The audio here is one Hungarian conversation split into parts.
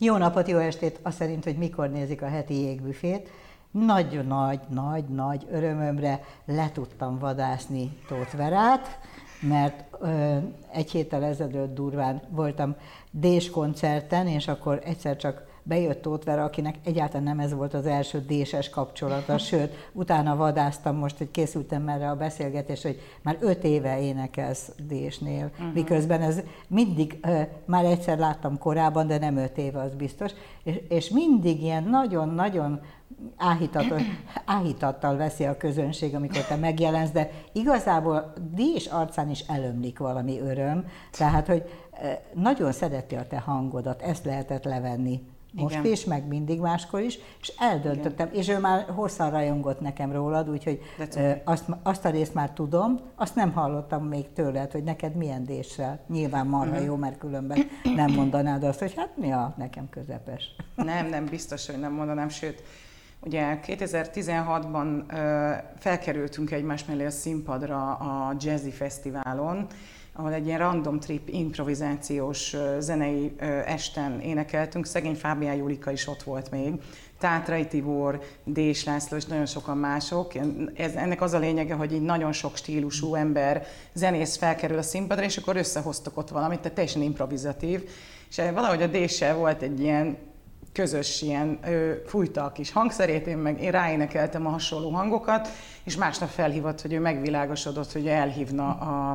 Jó napot, jó estét! Azt szerint, hogy mikor nézik a heti jégbüfét. Nagy örömömre le tudtam vadászni Tóth Verát, mert egy héttel ezelőtt durván voltam Dés koncerten, és akkor egyszer csak bejött Tóth Vera, akinek egyáltalán nem ez volt az első déses kapcsolata, sőt, utána vadáztam most, hogy készültem erre a beszélgetésre, hogy már 5 éve énekelsz Désnél, miközben ez mindig, már egyszer láttam korábban, de nem 5 éve, az biztos, és mindig ilyen nagyon-nagyon áhítattal veszi a közönség, amikor te megjelensz, de igazából Dés arcán is elömlik valami öröm, tehát, hogy nagyon szereti a te hangodat, ezt lehetett levenni. Most igen. Is, meg mindig máskor is, és eldöntöttem, igen. És ő már hosszan rajongott nekem rólad, úgyhogy azt a részt már tudom, azt nem hallottam még tőled, hogy neked milyen Déssel. Nyilván marha jó, mert különben nem mondanád azt, hogy hát mi a nekem közepes. Nem, biztos, hogy nem mondanám, sőt, ugye 2016-ban felkerültünk egymás mellé a színpadra a Jazzy Fesztiválon, ahol egy ilyen random trip improvizációs zenei esten énekeltünk. Szegény Fábián Julika is ott volt még, Tátrai Tibor, Dés László és nagyon sokan mások. Ennek az a lényege, hogy így nagyon sok stílusú ember, zenész felkerül a színpadra, és akkor összehoztok ott valamit, tehát teljesen improvizatív. És valahogy a Déssel volt egy ilyen közös ilyen, fújta a kis hangszerét, én ráénekeltem a hasonló hangokat, és másnap felhívott, hogy ő megvilágosodott, hogy elhívna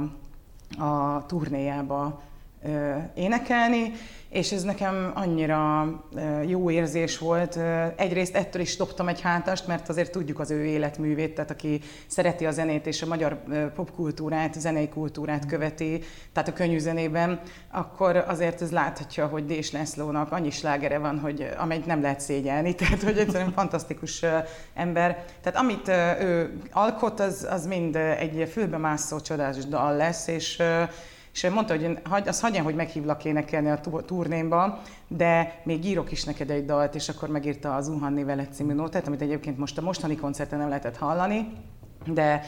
a turnéjába énekelni, és ez nekem annyira jó érzés volt. Egyrészt ettől is dobtam egy hátast, mert azért tudjuk az ő életművét, tehát aki szereti a zenét és a magyar popkultúrát, zenei kultúrát követi, tehát a könnyű zenében, akkor azért ez láthatja, hogy Dés Lászlónak annyi slágere van, hogy amelyet nem lehet szégyelni, tehát hogy egyszerűen fantasztikus ember. Tehát amit ő alkot, az mind egy fülbemászó csodás dal lesz, és mondta, hogy azt hagyjam, hogy meghívlak énekelni a turnémba, de még írok is neked egy dalt, és akkor megírta az Zuhanni veled című nótát, amit egyébként most a mostani koncerten nem lehetett hallani, de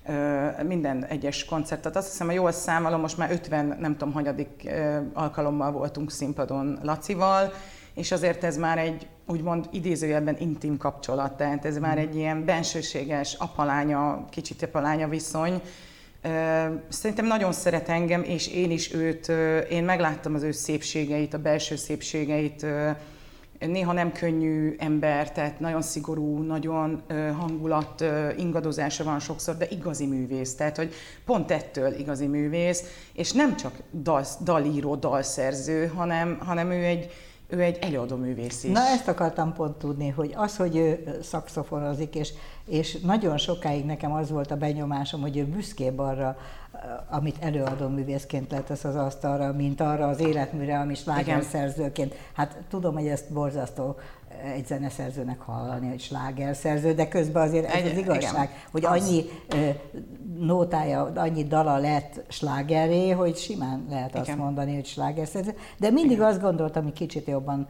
minden egyes koncertet. Azt hiszem, ha jól számolom, most már 50, nem tudom, hanyadik alkalommal voltunk színpadon Lacival, és azért ez már egy úgymond idézőjelben intim kapcsolat, tehát ez már egy ilyen bensőséges apalánya, kicsit apalánya viszony. Szerintem nagyon szeret engem, és én is őt, én megláttam az ő szépségeit, a belső szépségeit, néha nem könnyű ember, tehát nagyon szigorú, nagyon hangulat ingadozása van sokszor, de igazi művész, tehát hogy pont ettől igazi művész, és nem csak dalíró, dalszerző, hanem ő egy előadó művész is. Na, ezt akartam pont tudni, hogy az, hogy ő szaxofonozik, és nagyon sokáig nekem az volt a benyomásom, hogy ő büszkébb arra, amit előadó művészként letesz az asztalra, mint arra az életműre, ami slágerszerzőként. Hát tudom, hogy ezt borzasztó egy zeneszerzőnek hallani, hogy slágerszerző, de közben azért ez az igazság, hogy annyi nótája, annyi dala lett slágerré, hogy simán lehet azt mondani, hogy slágerszerző. De mindig azt gondoltam, hogy kicsit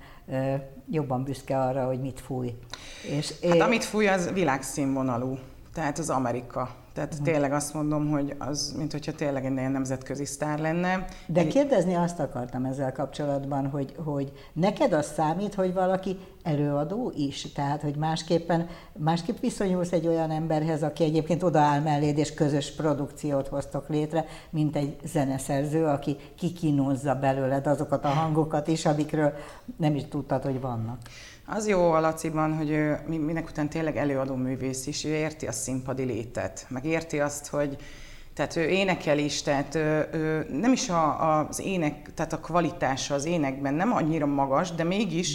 jobban büszke arra, hogy mit fúj. Hát amit fúj, az világszínvonalú, tehát az Amerika. Tehát tényleg azt mondom, hogy az, mint hogyha tényleg egy nemzetközi sztár lenne. De kérdezni azt akartam ezzel kapcsolatban, hogy neked az számít, hogy valaki előadó is? Tehát, hogy másképp viszonyulsz egy olyan emberhez, aki egyébként odaáll melléd, és közös produkciót hoztok létre, mint egy zeneszerző, aki kikínozza belőled azokat a hangokat is, amikről nem is tudtad, hogy vannak. Az jó a Laciban, hogy ő minek után tényleg előadó művész is, ő érti a színpadi létet, meg érti azt, hogy tehát ő énekel is, tehát ő nem is az ének, tehát a kvalitása az énekben nem annyira magas, de mégis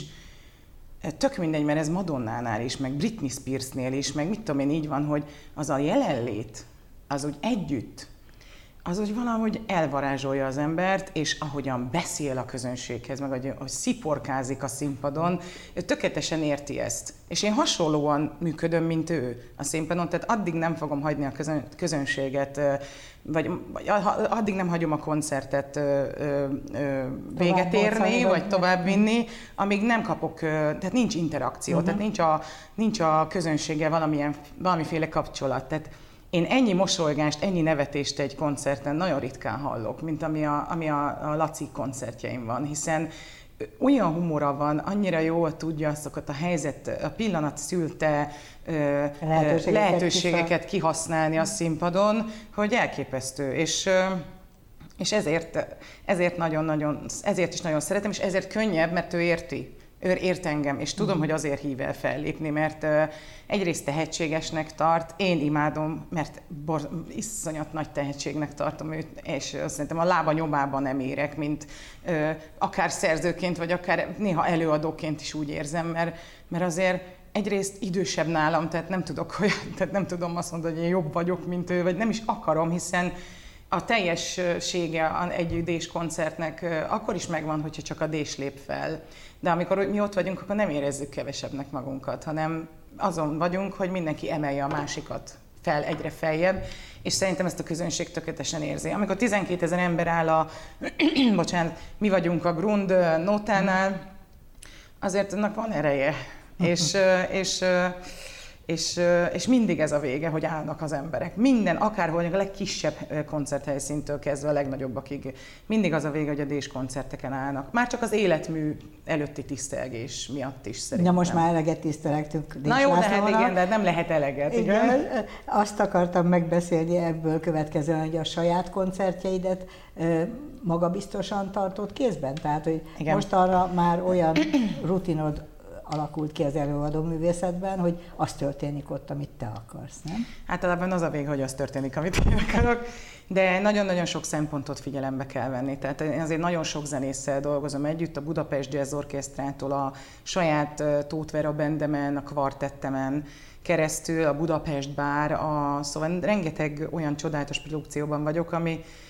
tök mindegy, mert ez Madonnánál is, meg Britney Spearsnél is, meg mit tudom én, így van, hogy az a jelenlét, az úgy együtt, az úgy valahogy elvarázsolja az embert, és ahogyan beszél a közönséghez, meg hogy sziporkázik a színpadon, ő tökéletesen érti ezt. És én hasonlóan működöm, mint ő a színpadon, tehát addig nem fogom hagyni a közönséget, vagy addig nem hagyom a koncertet véget érni, vagy továbbvinni, amíg nem kapok, tehát nincs interakció, tehát nincs a közönséggel valamiféle kapcsolat. Tehát én ennyi mosolygást, ennyi nevetést egy koncerten nagyon ritkán hallok, mint ami a Laci koncertjeim van, hiszen olyan humora van, annyira jól tudja azokat a helyzet, a pillanat szülte lehetőségeket kihasználni a színpadon, hogy elképesztő. És ezért is nagyon szeretem, és ezért könnyebb, mert ő ért engem, és tudom, hogy azért hív el fellépni, mert egyrészt tehetségesnek tart, én imádom, mert iszonyat nagy tehetségnek tartom őt, és azt szerintem a lába nyomában nem érek, mint akár szerzőként, vagy akár néha előadóként is úgy érzem, mert azért egyrészt idősebb nálam, tehát nem tudom azt mondani, hogy én jobb vagyok, mint ő, vagy nem is akarom, hiszen a teljessége egy dés koncertnek akkor is megvan, hogyha csak a dés lép fel. De amikor mi ott vagyunk, akkor nem érezzük kevesebbnek magunkat, hanem azon vagyunk, hogy mindenki emelje a másikat fel egyre feljebb, és szerintem ezt a közönség tökéletesen érzi. Amikor 12 000 ember áll bocsánat, mi vagyunk a Grund nótánál, azért annak van ereje. És mindig ez a vége, hogy állnak az emberek. Minden, akárhol, a legkisebb koncerthelyszíntől kezdve a legnagyobbakig, mindig az a vége, hogy a dés koncerteken állnak. Már csak az életmű előtti tisztelgés miatt is szerintem. Na most már eleget tisztelgtünk Dés Na jó, de hát Lászlónak. igen, de nem lehet eleget. Igen. Azt akartam megbeszélni ebből következően, hogy a saját koncertjeidet magabiztosan tartott kézben? Tehát, hogy igen. Most arra már olyan rutinod alakult ki az előadó művészetben, hogy az történik ott, amit te akarsz, nem? Általában az a vége, hogy az történik, amit én akarok, de nagyon-nagyon sok szempontot figyelembe kell venni. Tehát én azért nagyon sok zenésszel dolgozom együtt, a Budapest Jazz Orchestrától a saját Tóth Vera bendemen, a kvartettemen keresztül, a Budapest Bár, szóval rengeteg olyan csodálatos produkcióban vagyok,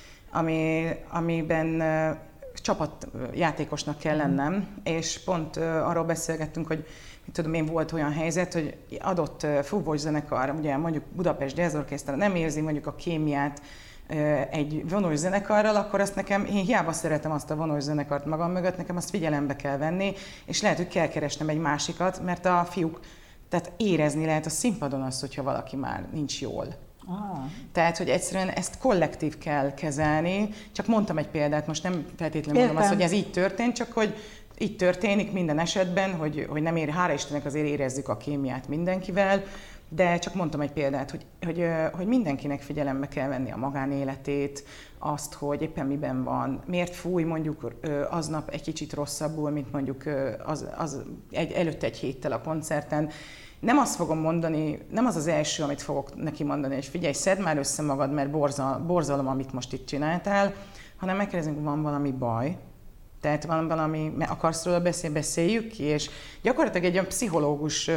amiben csapatjátékosnak kell lennem, és pont arról beszélgettünk, hogy én volt olyan helyzet, hogy adott fúvós zenekar, ugye mondjuk Budapest Jazz Orchestra nem érzi mondjuk a kémiát egy vonós zenekarral, akkor azt én hiába szeretem azt a vonós zenekart magam mögött, nekem azt figyelembe kell venni, és lehet, hogy kell keresnem egy másikat, mert a fiúk, tehát érezni lehet a színpadon azt, hogyha valaki már nincs jól. Tehát, hogy egyszerűen ezt kollektív kell kezelni. Csak mondtam egy példát, most nem feltétlenül mondom azt, hogy ez így történt, csak hogy így történik minden esetben, hogy nem hála Istennek azért érezzük a kémiát mindenkivel, de csak mondtam egy példát, hogy mindenkinek figyelembe kell venni a magánéletét, azt, hogy éppen miben van, miért fúj mondjuk aznap egy kicsit rosszabbul, mint mondjuk előtte egy héttel a koncerten. Nem azt fogom mondani, nem az az első, amit fogok neki mondani, hogy figyelj, szedd már össze magad, mert borzalom, amit most itt csináltál, hanem megkérdezünk, hogy van valami baj, tehát van valami, akarsz róla beszéljük ki, és gyakorlatilag egy olyan pszichológus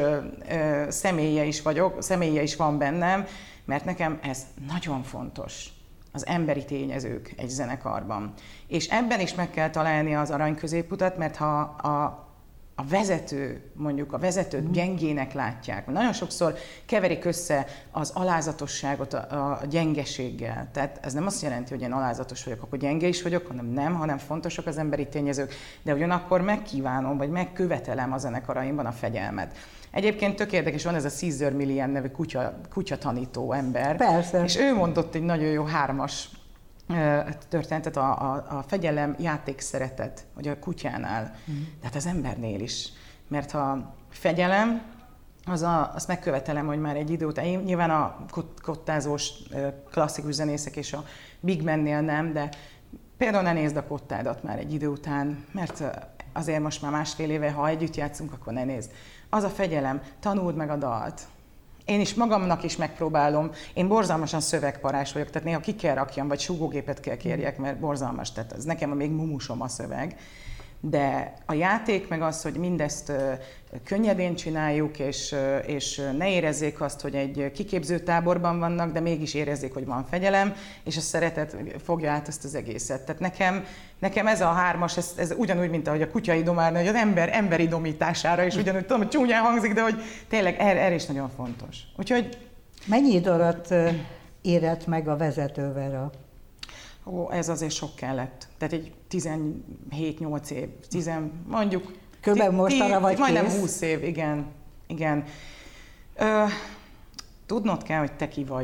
személye is van bennem, mert nekem ez nagyon fontos, az emberi tényezők egy zenekarban. És ebben is meg kell találni az arany középutat, mert ha a vezetőt gyengének látják. Nagyon sokszor keverik össze az alázatosságot a gyengeséggel. Tehát ez nem azt jelenti, hogy én alázatos vagyok, akkor gyenge is vagyok, hanem fontosak az emberi tényezők, de ugyanakkor megkívánom, vagy megkövetelem a zenekaraimban a fegyelmet. Egyébként tök érdekes, van ez a Caesar Millian nevű kutyatanító ember. Persze. És ő mondott egy nagyon jó 3-as történetet, a fegyelem, játék, szeretet, hogy a kutyánál, tehát az embernél is. Mert ha fegyelem, azt megkövetelem, hogy már egy idő után, nyilván a kottázós klasszikus zenészek és a big bandnél nem, de például ne nézd a kottádat már egy idő után, mert azért most már 1,5 éve, ha együtt játszunk, akkor ne nézd. Az a fegyelem, tanuld meg a dalt. Én is magamnak is megpróbálom, én borzalmasan szövegparás vagyok, tehát néha ki kell rakjam, vagy súgógépet kell kérjek, mert borzalmas, tehát ez nekem még mumusom a szöveg. De a játék meg az, hogy mindezt könnyedén csináljuk, és ne érezzék azt, hogy egy kiképzőtáborban vannak, de mégis érezzék, hogy van fegyelem, és a szeretet fogja át ezt az egészet. Tehát nekem ez a 3-as, ez ugyanúgy, mint ahogy a kutya idomálna, hogy az ember idomítására is ugyanúgy, tudom, hogy csúnyán hangzik, de hogy tényleg erre is nagyon fontos. Úgyhogy... Mennyi idő alatt érett meg a vezetővel ez azért sok kellett. Tehát egy 17-8 év, mondjuk... Körülbelül mostanra vagy majdnem 20 év, igen. Tudnod kell, hogy te ki vagy.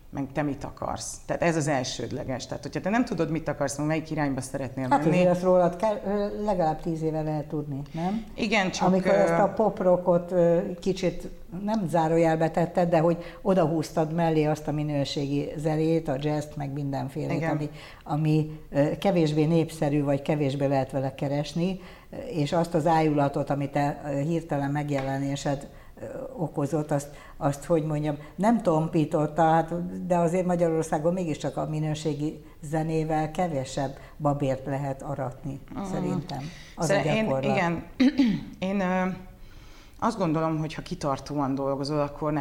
meg te mit akarsz. Tehát ez az elsődleges. Tehát, hogyha te nem tudod, mit akarsz, meg melyik irányba szeretnél hát menni. Hát azért rólad kell, legalább 10 éve lehet tudni, nem? Igen, csak... Amikor ezt a pop-rockot kicsit nem zárójelbe tetted, de hogy odahúztad mellé azt a minőségi zenét, a jazzt, meg mindenfélét, ami kevésbé népszerű, vagy kevésbé lehet vele keresni, és azt az ájulatot, amit te hirtelen megjelenésed okozott, azt, hogy mondjam, nem tompította, de azért Magyarországon mégiscsak a minőségi zenével kevesebb babért lehet aratni, szerintem. Az a gyakorlat. Én azt gondolom, hogy ha kitartóan dolgozol, akkor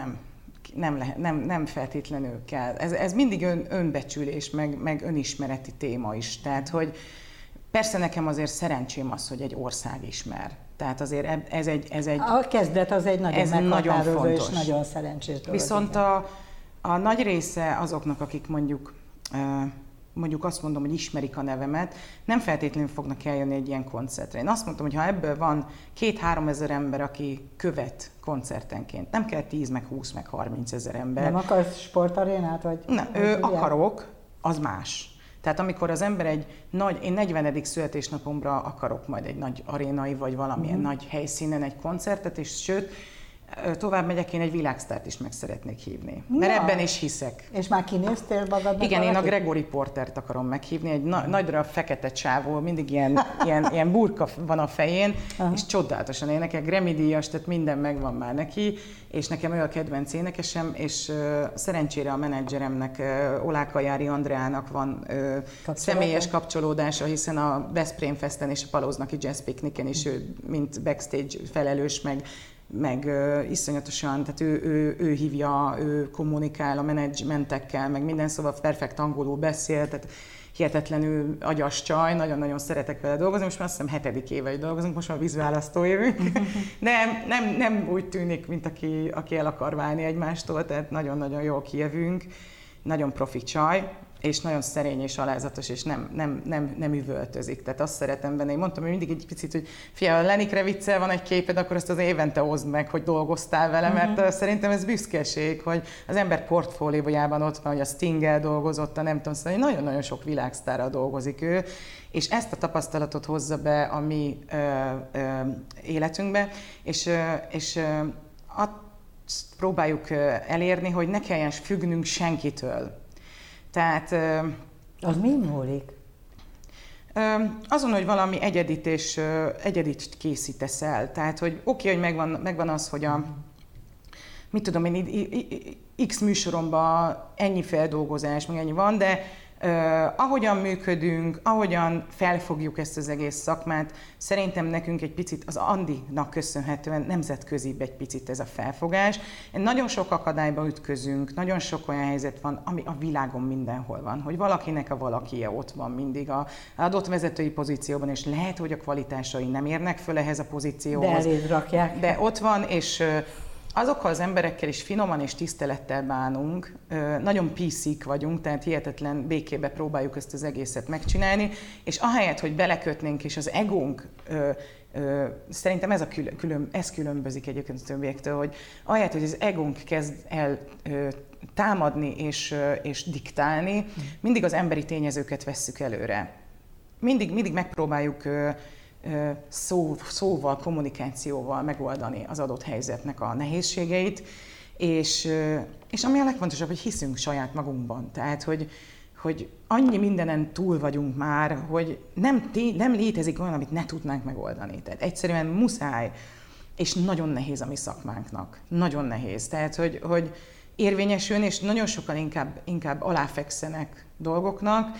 nem feltétlenül kell. Ez mindig önbecsülés, meg önismereti téma is. Tehát, hogy persze nekem azért szerencsém az, hogy egy ország ismer. Tehát azért ez egy a kezdet az egy nagyon meghatározó és nagyon szerencsés dolog. Viszont a nagy része azoknak, akik mondjuk azt mondom, hogy ismerik a nevemet, nem feltétlenül fognak eljönni egy ilyen koncertre. Én azt mondtam, hogy ha ebből van 2-3 ezer ember, aki követ koncertenként, nem kell 10, meg 20, meg 30 ezer ember. Nem akarsz sportarénát? Vagy akarok, az más. Tehát amikor az ember én 40. születésnapomra akarok majd egy nagy arénai, vagy valamilyen nagy helyszínen egy koncertet, és sőt, tovább megyek, én egy világsztárt is meg szeretnék hívni. Mert ebben is hiszek. És már kinéztél magadnak? Igen, én a Gregory Portert akarom meghívni, egy nagyra fekete csávó, mindig ilyen burka van a fején, és csodálatosan énekel, Grammy-díjas, tehát minden megvan már neki, és nekem ő a kedvenc énekesem, és szerencsére a menedzseremnek, Olákajári Andreának van személyes kapcsolódása, hiszen a Veszprém Festen és a Palóznaki Jazz Picnicen is ő, mint backstage felelős, meg iszonyatosan, tehát ő hívja, ő kommunikál a menedzsmentekkel, meg minden, szóval perfekt angolul beszél, tehát hihetetlenül agyas csaj, nagyon-nagyon szeretek vele dolgozni, most már azt hiszem 7. éve dolgozunk, most már vízválasztó évünk, de nem úgy tűnik, mint aki el akar válni egymástól, tehát nagyon-nagyon jól kijövünk, nagyon profi csaj, és nagyon szerény és alázatos, és nem üvöltözik. Tehát azt szeretem benne. Én mondtam, hogy mindig egy picit, hogy figyelj, ha Lenny Kravitzel van egy képed, akkor azt az évente hozd meg, hogy dolgoztál vele, mert szerintem ez büszkeség, hogy az ember portfóliójában ott van, hogy a Stinggel dolgozott, nem tudom, szóval nagyon-nagyon sok világsztárral dolgozik ő, és ezt a tapasztalatot hozza be a mi életünkbe, és azt próbáljuk elérni, hogy ne kelljen függnünk senkitől. Tehát... Az mi múlik? Azon, hogy valami egyedit készítesz el. Tehát, hogy oké, hogy megvan az, hogy mit tudom én, X műsoromban ennyi feldolgozás, meg ennyi van, de ahogyan működünk, ahogyan felfogjuk ezt az egész szakmát, szerintem nekünk egy picit, az Andinak köszönhetően nemzetközibb egy picit ez a felfogás. Nagyon sok akadályba ütközünk, nagyon sok olyan helyzet van, ami a világon mindenhol van, hogy valakinek a valakije ott van mindig a adott vezetői pozícióban, és lehet, hogy a kvalitásai nem érnek föl ehhez a pozícióhoz. De eléd rakják. De ott van, és azokkal az emberekkel is finoman és tisztelettel bánunk, nagyon PC-k vagyunk, tehát hihetetlen békébe próbáljuk ezt az egészet megcsinálni, és ahelyett, hogy belekötnénk, és az egónk, szerintem ez különbözik egyébként a többiektől, hogy ahelyett, hogy az egónk kezd el támadni és diktálni, mindig az emberi tényezőket vesszük előre. Mindig megpróbáljuk szóval, kommunikációval megoldani az adott helyzetnek a nehézségeit, és ami a legfontosabb, hogy hiszünk saját magunkban. Tehát, hogy annyi mindenen túl vagyunk már, hogy nem létezik olyan, amit ne tudnánk megoldani. Tehát egyszerűen muszáj, és nagyon nehéz a mi szakmánknak. Nagyon nehéz. Tehát, hogy érvényesülni, és nagyon sokan inkább aláfekszenek dolgoknak,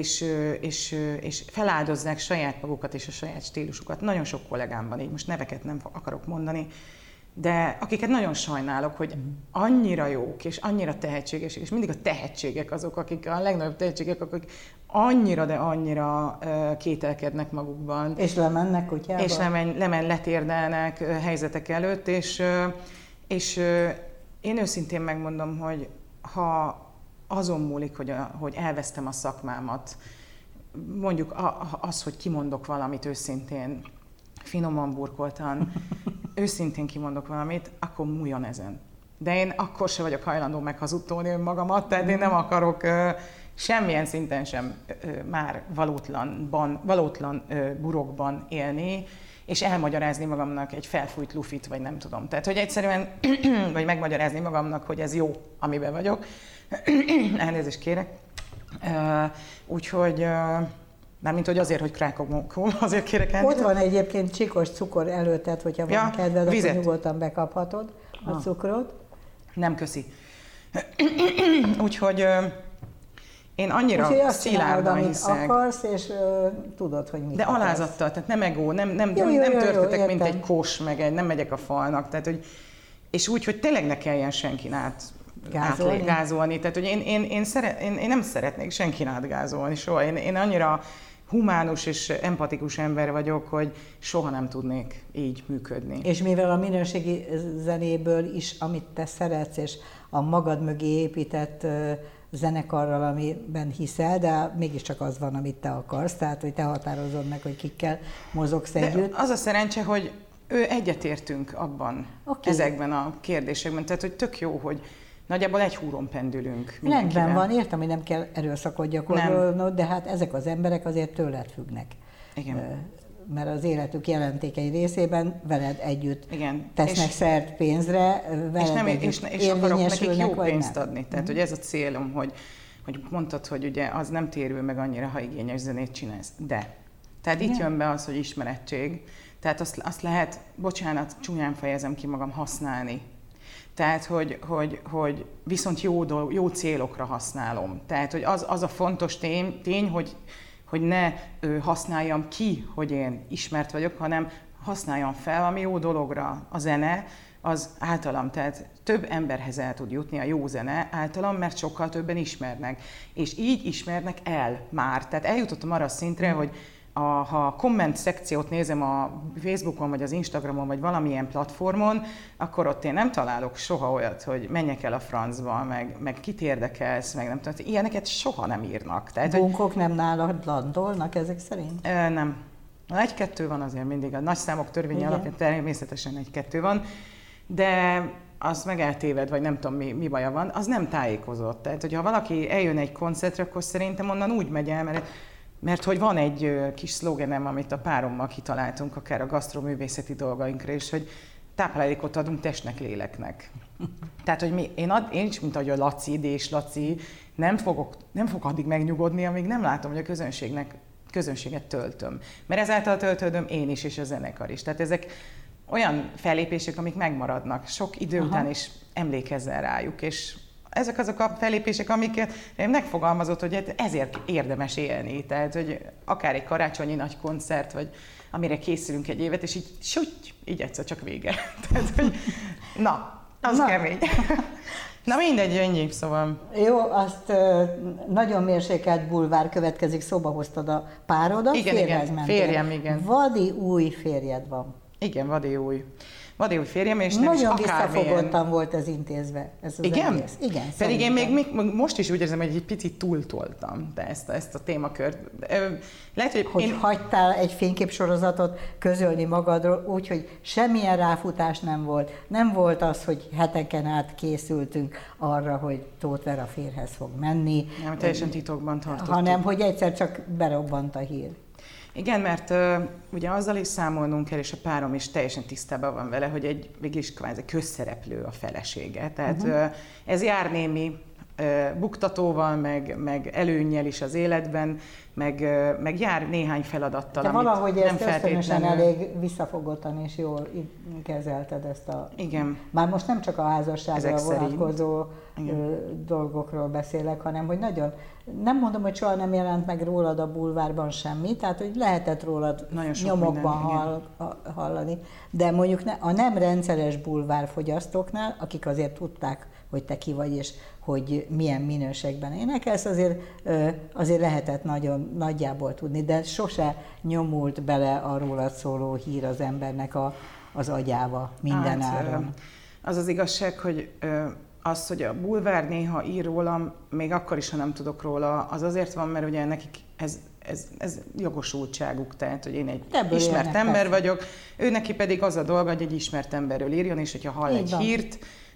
és feláldozzák saját magukat és a saját stílusukat. Nagyon sok kollégám van így, most neveket nem akarok mondani, de akiket nagyon sajnálok, hogy annyira jók, és annyira tehetségesek, és mindig a tehetségek azok, akik a legnagyobb tehetségek, akik annyira, de annyira kételkednek magukban. És lemennek kutyába. És letérdelnek helyzetek előtt, és én őszintén megmondom, hogy ha azon múlik, hogy elvesztem a szakmámat, mondjuk az, hogy kimondok valamit őszintén, finoman burkoltan, őszintén kimondok valamit, akkor múljon ezen. De én akkor se vagyok hajlandó meghazudtolni önmagamat, tehát én nem akarok semmilyen szinten sem már valótlan burokban élni, és elmagyarázni magamnak egy felfújt lufit, vagy nem tudom. Tehát, hogy egyszerűen, vagy megmagyarázni magamnak, hogy ez jó, amiben vagyok. Elnézést kérek. Úgyhogy, mármint, hogy azért, hogy krákogom, azért kérek elnézést. Ott van egyébként csikos cukor előtted, hogyha van kedved, vizet. akkor nyugodtan bekaphatod a cukrot. Nem köszi. Úgyhogy én annyira szilárdan hiszek. Akarsz, és tudod, hogy mit de akarsz. alázattal, tehát nem egó, nem törtetek, mint egy kós, meg nem megyek a falnak. Tehát, hogy, és úgy, hogy tényleg ne kelljen senkin gázolni. Tehát, hogy én nem szeretnék senkin átgázolni soha. Én annyira humánus és empatikus ember vagyok, hogy soha nem tudnék így működni. És mivel a minőségi zenéből is, amit te szeretsz, és a magad mögé épített zenekarral, amiben hiszel, de mégiscsak az van, amit te akarsz, tehát hogy te határozod meg, hogy kikkel mozogsz együtt. De az a szerencse, hogy egyetértünk abban, ezekben a kérdésekben, tehát hogy tök jó, hogy nagyjából egy húron pendülünk mindenkivel. Rendben van, értem, hogy nem kell erőszakot gyakorolnod, de hát ezek az emberek azért tőled függnek. Igen. Mert az életük jelentékeny részében veled együtt tesznek és szert pénzre, veled és akarok nekik jó pénzt nem? adni. Tehát, hogy ez a célom, hogy mondtad, hogy ugye az nem térül meg annyira, ha igényes zenét csinálsz. De. Tehát itt jön be az, hogy ismerettség. Tehát azt lehet, bocsánat, csúnyán fejezem ki magam, használni. Tehát, hogy viszont jó célokra használom. Tehát, hogy az a fontos tény, hogy ne használjam ki, hogy én ismert vagyok, hanem használjam fel, ami jó dologra. A zene az általam, tehát több emberhez el tud jutni a jó zene általam, mert sokkal többen ismernek. És így ismernek el már. Tehát eljutottam arra a szintre, hogy ha a komment szekciót nézem a Facebookon, vagy az Instagramon, vagy valamilyen platformon, akkor ott én nem találok soha olyat, hogy menjek el a francba, meg kit érdekelsz, meg nem tudom. Ilyeneket soha nem írnak. Bunkok nem nálad landolnak ezek szerint? Nem. Egy-kettő van azért mindig. A nagy számok törvénye alapján természetesen egy-kettő van, de az meg eltéved, vagy nem tudom mi baja van, az nem tájékozott. Tehát, hogyha valaki eljön egy koncertre, akkor szerintem onnan úgy megy el, mert hogy van egy kis szlógenem, amit a párommal kitaláltunk, akár a gasztroművészeti dolgainkra is, hogy táplálékot adunk testnek, léleknek. Tehát, hogy én is, mint ahogy a Laci, Dés Laci, nem fog addig megnyugodni, amíg nem látom, hogy a közönséget töltöm. Mert ezáltal töltöm én is, és a zenekar is. Tehát ezek olyan fellépések, amik megmaradnak. Sok idő után is emlékezzel rájuk, és ezek azok a fellépések, amiket megfogalmazott, hogy ezért érdemes élni. Tehát, hogy akár egy karácsonyi nagy koncert, vagy amire készülünk egy évet, és így egyszer csak vége. Tehát, hogy az kemény. Na mindegy, ennyi, szóval. Jó, azt nagyon mérsékelt bulvár következik, szóba hoztad a párodat, igen, férjem, igen. Vadi új férjed van. Igen, vadi új férjem, és nem nagyon is akármilyen. visszafogottan volt ez intézve. Ez az igen? Egész. Igen, pedig én még most is úgy érzem, hogy egy picit túltoltam ezt a témakört. Lehet, hogy hagytál egy fényképsorozatot közölni magadról, úgyhogy semmilyen ráfutás nem volt. Nem volt az, hogy heteken át készültünk arra, hogy Tóth Vera férjhez fog menni. Nem, teljesen titokban tartottuk. Hanem, hogy egyszer csak berobbant a hír. Igen, mert ugye azzal is számolnunk kell, és a párom is teljesen tisztában van vele, hogy végülis kvázi közszereplő a felesége. Tehát ez jár némi buktatóval, meg előnnyel is az életben, meg jár néhány feladattal, de amit valahogy nem feltétlenül elég visszafogottan és jól kezelted ezt a... Igen. Már most nem csak a házasságra vonatkozó dolgokról beszélek, hanem hogy nagyon... Nem mondom, hogy soha nem jelent meg rólad a bulvárban semmi, tehát hogy lehetett rólad nyomokban hallani, de mondjuk a nem rendszeres bulvárfogyasztóknál, akik azért tudták, hogy te ki vagy, és hogy milyen minőségben énekelsz, azért lehetett nagyon nagyjából tudni, de sose nyomult bele a rólad szóló hír az embernek az agyába minden áron. Az az igazság, hogy az, hogy a bulvár néha ír rólam, még akkor is, ha nem tudok róla, az azért van, mert ugye nekik ez jogosultságuk, tehát, hogy én egy ismert ember vagyok, ő neki pedig az a dolga, hogy egy ismert emberről írjon, és hogyha hall egy hírt,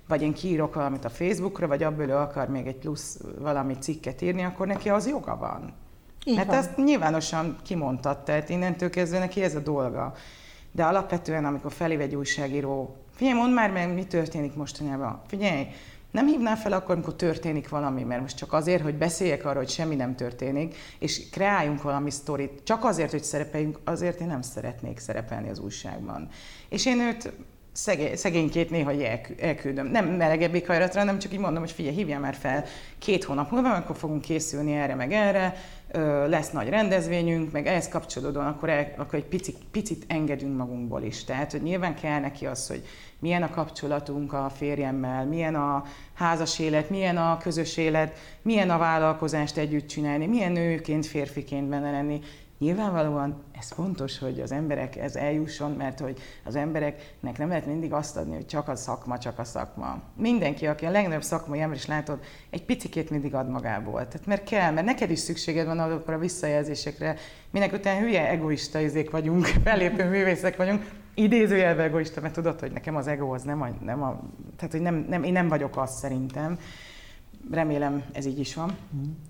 vagy én kiírok valamit a Facebookra, vagy abból ő akar még egy plusz valami cikket írni, akkor neki az joga van. Így mert van. ezt nyilvánosan kimondtad, tehát innentől kezdve neki ez a dolga. De alapvetően, amikor felhív egy újságíró, figyelj, mondd már meg, mi történik mostanában. Figyelj, nem hívnál fel akkor, amikor történik valami, mert most csak azért, hogy beszéljek arról, hogy semmi nem történik, és kreáljunk valami sztorit, csak azért, hogy szerepeljünk, azért én nem szeretnék szerepelni az újságban. És én őt szegénykét néha elküldöm. Nem melegebb éghajlatra, hanem csak így mondom, hogy figyelj, hívjál már fel 2 hónap múlva, akkor fogunk készülni erre meg erre, lesz nagy rendezvényünk, meg ehhez kapcsolódóan akkor egy picit engedünk magunkból is. Tehát, hogy nyilván kell neki az, hogy milyen a kapcsolatunk a férjemmel, milyen a házas élet, milyen a közös élet, milyen a vállalkozást együtt csinálni, milyen nőként, férfiként benne lenni. Nyilvánvalóan ez fontos, hogy az emberek ez eljusson, mert hogy az embereknek nem lehet mindig azt adni, hogy csak a szakma. Mindenki, aki a legnagyobb szakmai ember is látod, egy picikét mindig ad magából. Tehát mert neked is szükséged van akkor a visszajelzésekre. Minek után hülye egoista izék vagyunk, fellépő művészek vagyunk, idézőjelben egoista, mert tudod, hogy nekem az ego az tehát hogy én nem vagyok az szerintem. Remélem ez így is van.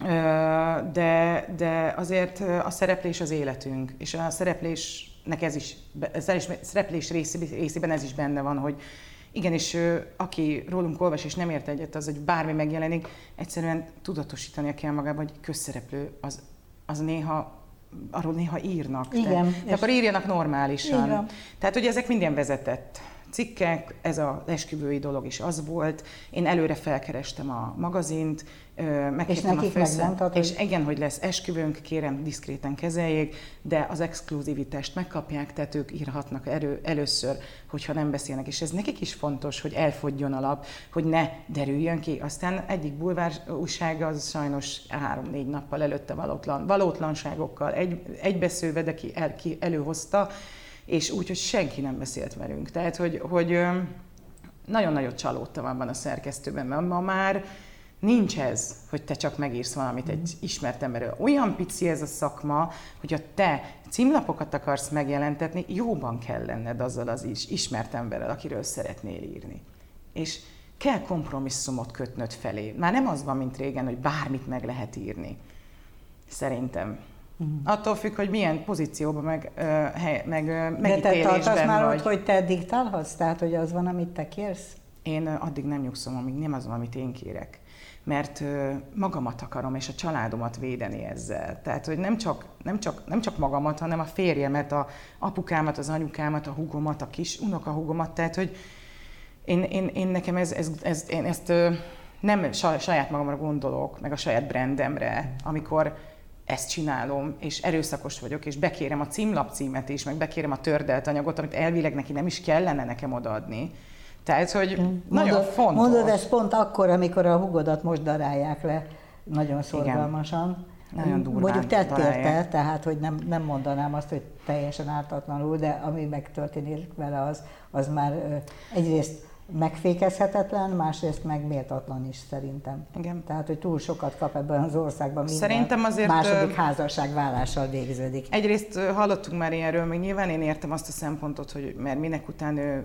De azért a szereplés az életünk, és a szereplésnek szereplés részében ez is benne van, hogy igenis, aki rólunk olvas és nem ért egyet, az, hogy bármi megjelenik, egyszerűen tudatosítania kell magában, hogy közszereplő, az néha arról néha írnak. Igen. De akkor írjanak normálisan. Igen. Tehát, hogy ezek minden vezetett cikkek, ez az esküvői dolog is az volt. Én előre felkerestem a magazint, megkértem a főszerkesztőt, és igen, hogy lesz esküvőnk, kérem, diszkréten kezeljék, de az exkluzivitást megkapják, tehát ők írhatnak először, hogyha nem beszélnek, és ez nekik is fontos, hogy elfogjon a lap, hogy ne derüljön ki. Aztán egyik bulvár újság az sajnos 3-4 nappal előtte valótlanságokkal egybeszőve, de ki előhozta, és úgy, hogy senki nem beszélt velünk. Tehát, hogy nagyon nagyot csalódtam abban a szerkesztőben, mert ma már nincs ez, hogy te csak megírsz valamit egy ismert emberről. Olyan pici ez a szakma, hogy ha te címlapokat akarsz megjelentetni, jóban kell lenned azzal az ismert emberrel, akiről szeretnél írni. És kell kompromisszumot kötnöd felé. Már nem az van, mint régen, hogy bármit meg lehet írni. Szerintem. Attól függ, hogy milyen pozícióban, meg megítélésben vagy. De te tartasz már ott, hogy te diktálhatsz? Tehát, hogy az van, amit te kérsz? Én addig nem nyugszom, amíg nem az van, amit én kérek. Mert magamat akarom, és a családomat védeni ezzel. Tehát, hogy nem csak magamat, hanem a férjemet, a apukámat, az anyukámat, a húgomat, a kis unokahúgomat. Tehát, hogy én nekem én ezt nem saját magamra gondolok, meg a saját brandemre, amikor ezt csinálom, és erőszakos vagyok, és bekérem a címlapcímet is, meg bekérem a tördelt anyagot, amit elvileg neki nem is kellene nekem odaadni. Tehát, hogy nagyon fontos. Mondod ezt pont akkor, amikor a húgodat most darálják le, nagyon szorgalmasan. Nagyon durván mondjuk tett darálják. érte, tehát, hogy nem mondanám azt, hogy teljesen ártatlanul, de ami megtörténik vele, az már egyrészt megfékezhetetlen, másrészt meg méltatlan is szerintem. Igen. Tehát, hogy túl sokat kap ebben az országban, minden Szerintem azért második házasság válással végződik. Egyrészt hallottunk már ilyenről, még nyilván én értem azt a szempontot, hogy mert minek után ő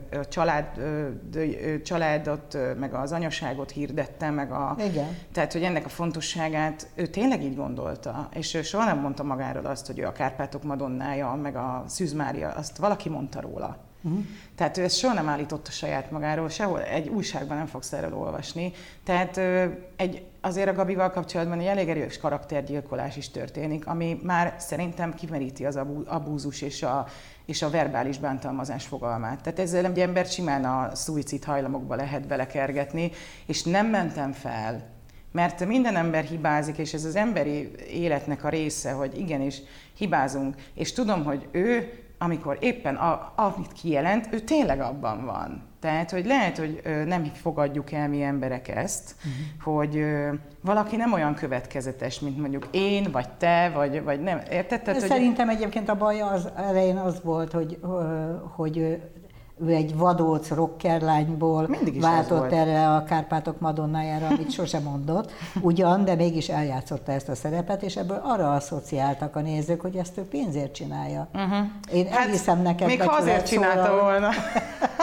családot, meg az anyaságot hirdette, Igen. Tehát, hogy ennek a fontosságát ő tényleg így gondolta, és ő soha nem mondta magáról azt, hogy ő a Kárpátok Madonnája, meg a Szűz Mária, azt valaki mondta róla. Tehát ő ezt soha nem állította saját magáról, sehol egy újságban nem fogsz erről olvasni. Tehát azért a Gabival kapcsolatban egy elég erős karaktergyilkolás is történik, ami már szerintem kimeríti az abúzus és a verbális bántalmazás fogalmát. Tehát ezzel egy embert simán a szuicid hajlamokba lehet belekergetni, és nem mentem fel, mert minden ember hibázik, és ez az emberi életnek a része, hogy igenis hibázunk, és tudom, hogy ő amikor éppen amit kijelent, ő tényleg abban van. Tehát, hogy lehet, hogy nem fogadjuk el mi emberek ezt, hogy valaki nem olyan következetes, mint mondjuk én, vagy te, vagy nem. Érted? Tehát, szerintem egyébként a baj az elején az volt, hogy ő egy vadóc rockerlányból váltott erre a Kárpátok Madonnájára, amit sose mondott, ugyan, de mégis eljátszotta ezt a szerepet, és ebből arra asszociáltak a nézők, hogy ezt ő pénzért csinálja. Én elhiszem neked, még ha azért csinálta volna.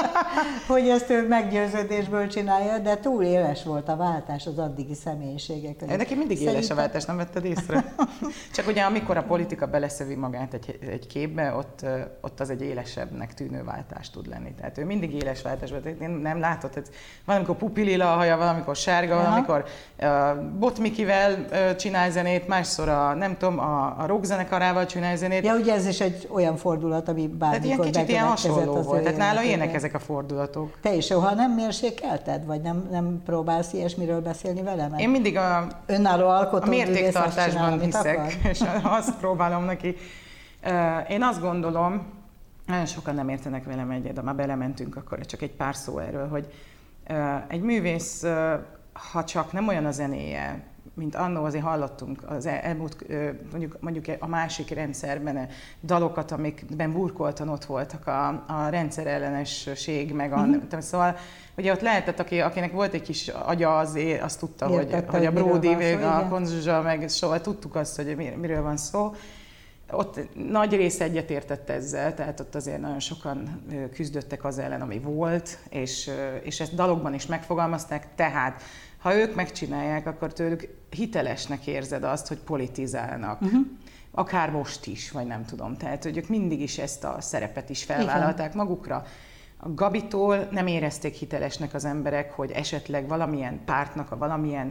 hogy ezt ő meggyőződésből csinálja, de túl éles volt a váltás az addigi személyiségek között. Neki mindig éles a váltás, nem vetted észre? Csak ugye amikor a politika beleszövi magát egy képbe, ott az egy élesebbnek tűnő váltás tud lenni. Tehát ő mindig éles váltás volt. Nem látod, hogy valamikor pupilila a haja, valamikor sárga, valamikor Botmikivel csinál zenét, másszor a rockzenekarával csinál zenét. Ja, ugye ez is egy olyan fordulat, ami bármikor kicsit ilyen hasonló volt, tehát nála életében. ilyenek ezek a fordulatok. Te is soha nem mérsékelted, vagy nem próbálsz ilyesmiről beszélni velem? Én mindig önálló alkotó a mértéktartásban hiszek, és azt próbálom neki. Én azt gondolom, nagyon sokan nem értenek velem egyet, de már belementünk, akkor csak egy pár szó erről, hogy egy művész, ha csak nem olyan a zenéje, mint annó azért hallottunk az elmúlt, mondjuk a másik rendszerben dalokat, amikben burkoltan ott voltak a rendszerellenesség, meg szóval ugye ott lehetett, akinek volt egy kis agya, azt tudta, hogy a Bródi, a Konzsuzsa, meg soha tudtuk azt, hogy miről van szó. Ott nagy része egyetértett ezzel, tehát ott azért nagyon sokan küzdöttek az ellen, ami volt, és ezt dalokban is megfogalmazták, tehát ha ők megcsinálják, akkor tőlük hitelesnek érzed azt, hogy politizálnak. Akár most is, vagy nem tudom. Tehát, hogy ők mindig is ezt a szerepet is felvállalták magukra. A Gabitól nem érezték hitelesnek az emberek, hogy esetleg valamilyen pártnak a valamilyen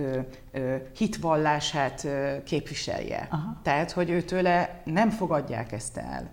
hitvallását képviselje. Aha. Tehát, hogy őtőle nem fogadják ezt el.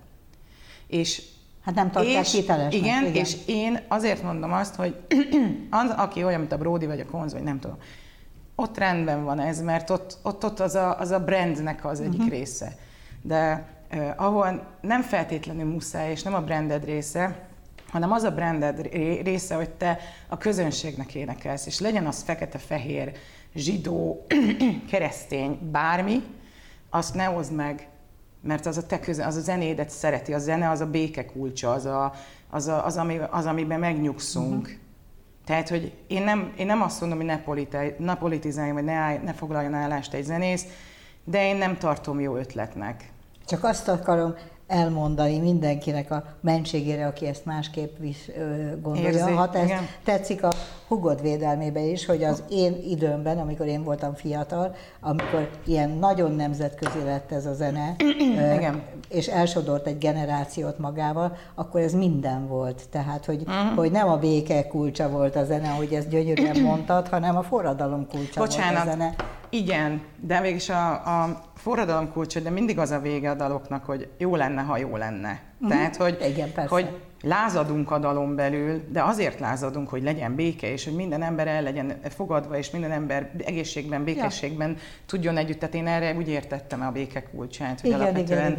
Hát nem tartják hitelesnek. Igen, és én azért mondom azt, hogy az, aki olyan, mint a Bródi vagy a Konz, vagy nem tudom, ott rendben van ez, mert ott az a brandnek az egyik része. De ahol nem feltétlenül muszáj, és nem a branded része, hanem az a branded része, hogy te a közönségnek énekelsz, és legyen az fekete-fehér, zsidó, keresztény, bármi, azt ne hozd meg, mert az a zenédet szereti, a zene az a béke kulcsa, az amiben megnyugszunk. Tehát, hogy én nem azt mondom, hogy ne politizáljon, vagy ne foglaljon állást egy zenész, de én nem tartom jó ötletnek. Csak azt akarom elmondani mindenkinek a mentségére, aki ezt másképp gondolja. Ha tetszik a hugod védelmébe is, hogy az én időmben, amikor én voltam fiatal, amikor ilyen nagyon nemzetközi lett ez a zene, és elsodort egy generációt magával, akkor ez minden volt. Tehát, hogy nem a béke kulcsa volt a zene, ahogy ezt gyönyörűen mondtad, hanem a forradalom kulcsa volt a zene. Igen, de mégis a forradalom kulcsa, de mindig az a vége a daloknak, hogy jó lenne, ha jó lenne. Tehát, hogy lázadunk a dalon belül, de azért lázadunk, hogy legyen béke, és hogy minden ember el legyen fogadva, és minden ember egészségben, békességben tudjon együtt. Tehát én erre úgy értettem a béke kulcsát, hogy alapvetően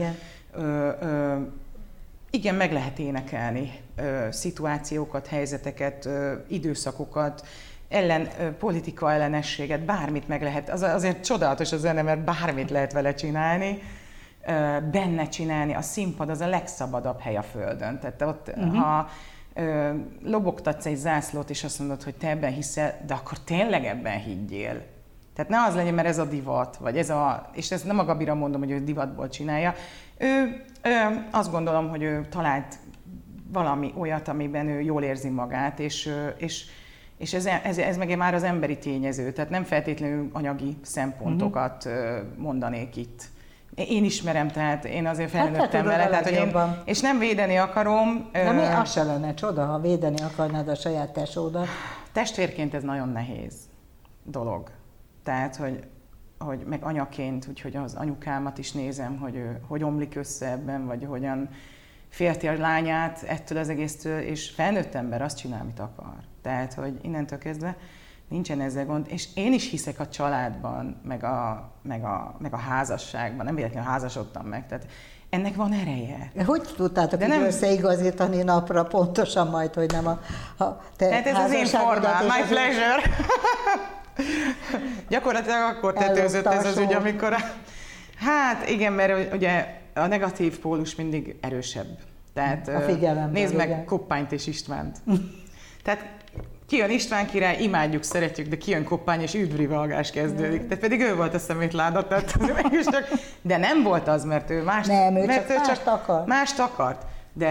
igen, meg lehet énekelni szituációkat, helyzeteket, időszakokat, politika ellenességet, bármit meg lehet. Azért csodálatos a zene, mert bármit lehet vele csinálni, benne csinálni. A színpad az a legszabadabb hely a Földön. Tehát ott, ha lobogtatsz egy zászlót, és azt mondod, hogy te ebben hiszel, de akkor tényleg ebben higgyél. Tehát ne az legyen, mert ez a divat, vagy és ezt nem a Gabira mondom, hogy ő divatból csinálja. Ő azt gondolom, hogy ő talált valami olyat, amiben ő jól érzi magát, és ez meg már az emberi tényező, tehát nem feltétlenül anyagi szempontokat mondanék itt. Én ismerem, tehát én azért felnőttem vele, tehát, és nem védeni akarom. De mi az se lenne csoda, ha védeni akarnád a saját tesódat? Testvérként ez nagyon nehéz dolog. Tehát, hogy meg anyaként, úgyhogy az anyukámat is nézem, hogy omlik össze ebben, vagy hogyan félti a lányát ettől az egésztől, és felnőtt ember azt csinál, amit akar. Tehát, hogy innentől kezdve nincsen ezzel gond, és én is hiszek a családban, meg a házasságban, nem véletlenül házasodtam meg, tehát ennek van ereje. Hogy tudtátok így összeigazítani napra pontosan majd, hogy nem a te tehát ez az én formám, my pleasure. Gyakorlatilag akkor tetőzött ez az ügy, amikor... Hát igen, mert ugye a negatív pólus mindig erősebb. Tehát nézd meg Koppányt és Istvánt. Tehát kijön István király, imádjuk, szeretjük, de kijön Koppány és üdvrivalgás kezdődik. Tehát pedig ő volt a szemétláda, de nem volt az, mert ő mást, csak mást akart. Mást akart. De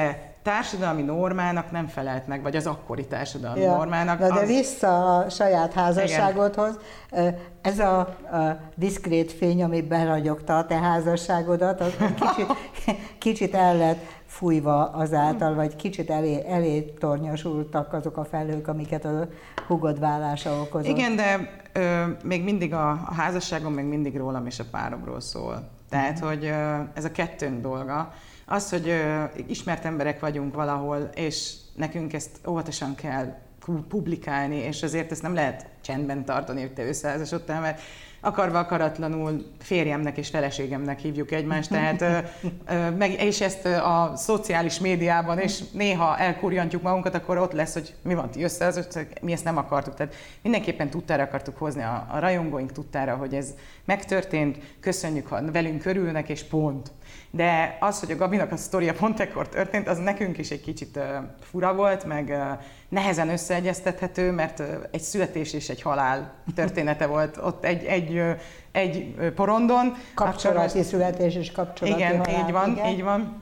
társadalmi normának nem felelt meg, vagy az akkori társadalmi normának. Na de vissza a saját házasságodhoz. Ez a diszkrét fény, ami beragyogta a te házasságodat, az kicsit el lett fújva azáltal, vagy kicsit elé tornyosultak azok a felhők, amiket a húgod vállása okozott. Igen, de még mindig a házasságom még mindig rólam és a páromról szól. Tehát, hogy ez a kettőnk dolga. Az, hogy ismert emberek vagyunk valahol, és nekünk ezt óvatosan kell publikálni, és azért ezt nem lehet csendben tartani, hogy te összeházasodtál, mert akarva akaratlanul férjemnek és feleségemnek hívjuk egymást, tehát és ezt a szociális médiában, és néha elkurjantjuk magunkat, akkor ott lesz, hogy mi van, ti összeházasodtak, mi ezt nem akartuk. Tehát mindenképpen tudtára akartuk hozni a rajongóink tudtára, hogy ez megtörtént, köszönjük, ha velünk körülnek, és pont. De az, hogy a Gabinak a sztoria pont ekkor történt, az nekünk is egy kicsit fura volt, meg nehezen összeegyeztethető, mert egy születés és egy halál története volt ott egy porondon. Kapcsolati születés és kapcsolati halál. Igen, így van.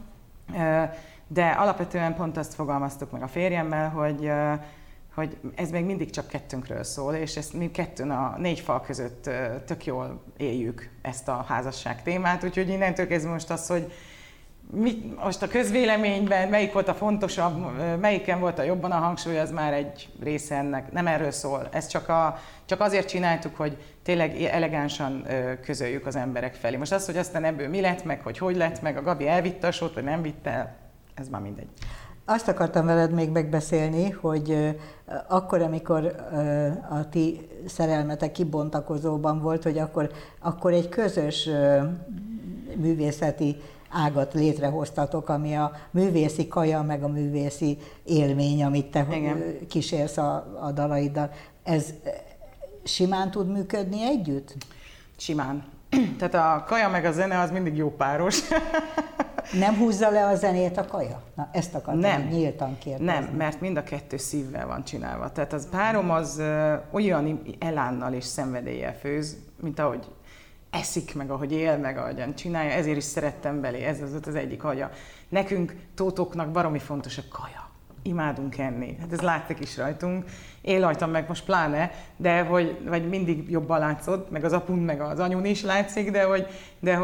De alapvetően pont azt fogalmaztuk meg a férjemmel, hogy ez még mindig csak kettőnkről szól, és ezt mi kettőn a 4 fal között tök jól éljük ezt a házasság témát, úgyhogy innentől kezdve most az, hogy most a közvéleményben melyik volt a fontosabb, melyiken volt a jobban a hangsúly, az már egy része ennek, nem erről szól. Ezt csak azért csináltuk, hogy tényleg elegánsan közöljük az emberek felé. Most az, hogy aztán ebből mi lett meg, hogy lett meg, a Gabi elvitte a sót, vagy nem vitte el, ez már mindegy. Azt akartam veled még megbeszélni, hogy akkor, amikor a ti szerelmetek kibontakozóban volt, hogy akkor egy közös művészeti ágat létrehoztatok, ami a művészi kaja, meg a művészi élmény, amit te kísérsz a dalaiddal. Ez simán tud működni együtt? Simán. Tehát a kaja meg a zene az mindig jó páros. Nem húzza le a zenét a kaja? Na, ezt akartam nyíltan kérdezni. Nem, mert mind a kettő szívvel van csinálva. Tehát az párom az olyan elánnal és szenvedéllyel főz, mint ahogy eszik, meg ahogy él, meg ahogyan csinálja, ezért is szerettem belé, ez az egyik agya. Nekünk, tótoknak baromi fontos a kaja. Imádunk enni. Hát ez látszik is rajtunk. Én rajtam meg most pláne, de vagy mindig jobban látszod, meg az apun, meg az anyun is látszik, de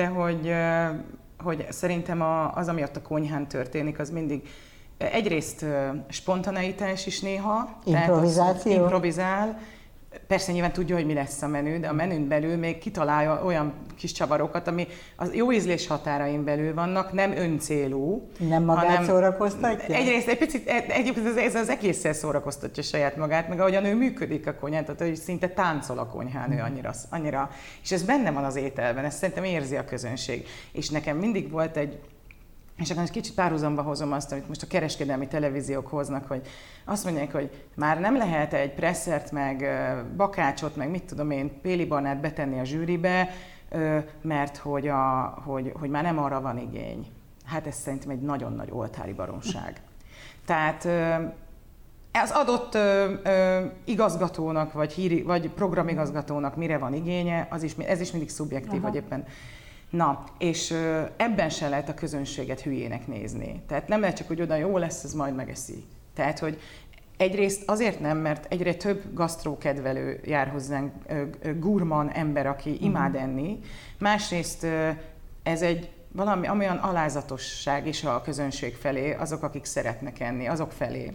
hogy szerintem az, ami ott a konyhán történik, az mindig egyrészt spontaneitás is néha. Improvizáció. Improvizál. Persze nyilván tudja, hogy mi lesz a menü, de a menün belül még kitalálja olyan kis csavarokat, ami az jó ízlés határain belül vannak, nem öncélú. Nem magát szórakoztatja? Egyrészt egy picit, egyébként ez az egésszel szórakoztatja saját magát, meg ahogyan ő működik a konyhán, tehát hogy szinte táncol a konyhán ő annyira. És ez benne van az ételben, ezt szerintem érzi a közönség. És nekem mindig volt és akkor egy kicsit párhuzamba hozom azt, amit most a kereskedelmi televíziók hoznak, hogy azt mondják, hogy már nem lehet egy presszert, meg bakácsot, meg mit tudom én, Péli Barnát betenni a zsűribe, mert hogy már nem arra van igény. Hát ez szerintem egy nagyon nagy oltári baromság. Tehát az adott igazgatónak, vagy programigazgatónak mire van igénye, ez is mindig szubjektív, vagy éppen. Na, és ebben se lehet a közönséget hülyének nézni. Tehát nem lehet csak, hogy oda jó lesz, ez majd megeszi. Tehát, hogy egyrészt azért nem, mert egyre több gasztrókedvelő jár hozzánk, gurman ember, aki imád enni. Másrészt ez egy valami olyan alázatosság is a közönség felé, azok, akik szeretnek enni, azok felé.